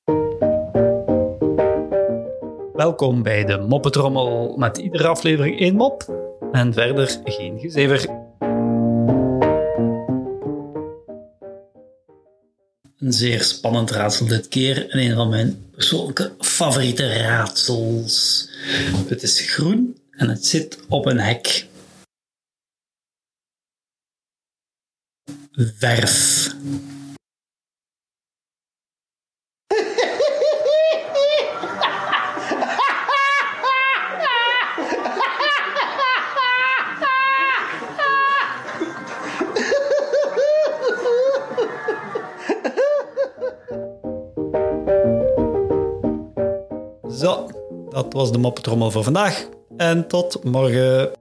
Welkom bij de Moppetrommel met iedere aflevering 1 mop en verder geen gezever. Een zeer spannend raadsel dit keer en een van mijn persoonlijke favoriete raadsels. Het is groen en het zit op een hek. Verf. Zo, dat was de moppetrommel voor vandaag. En tot morgen.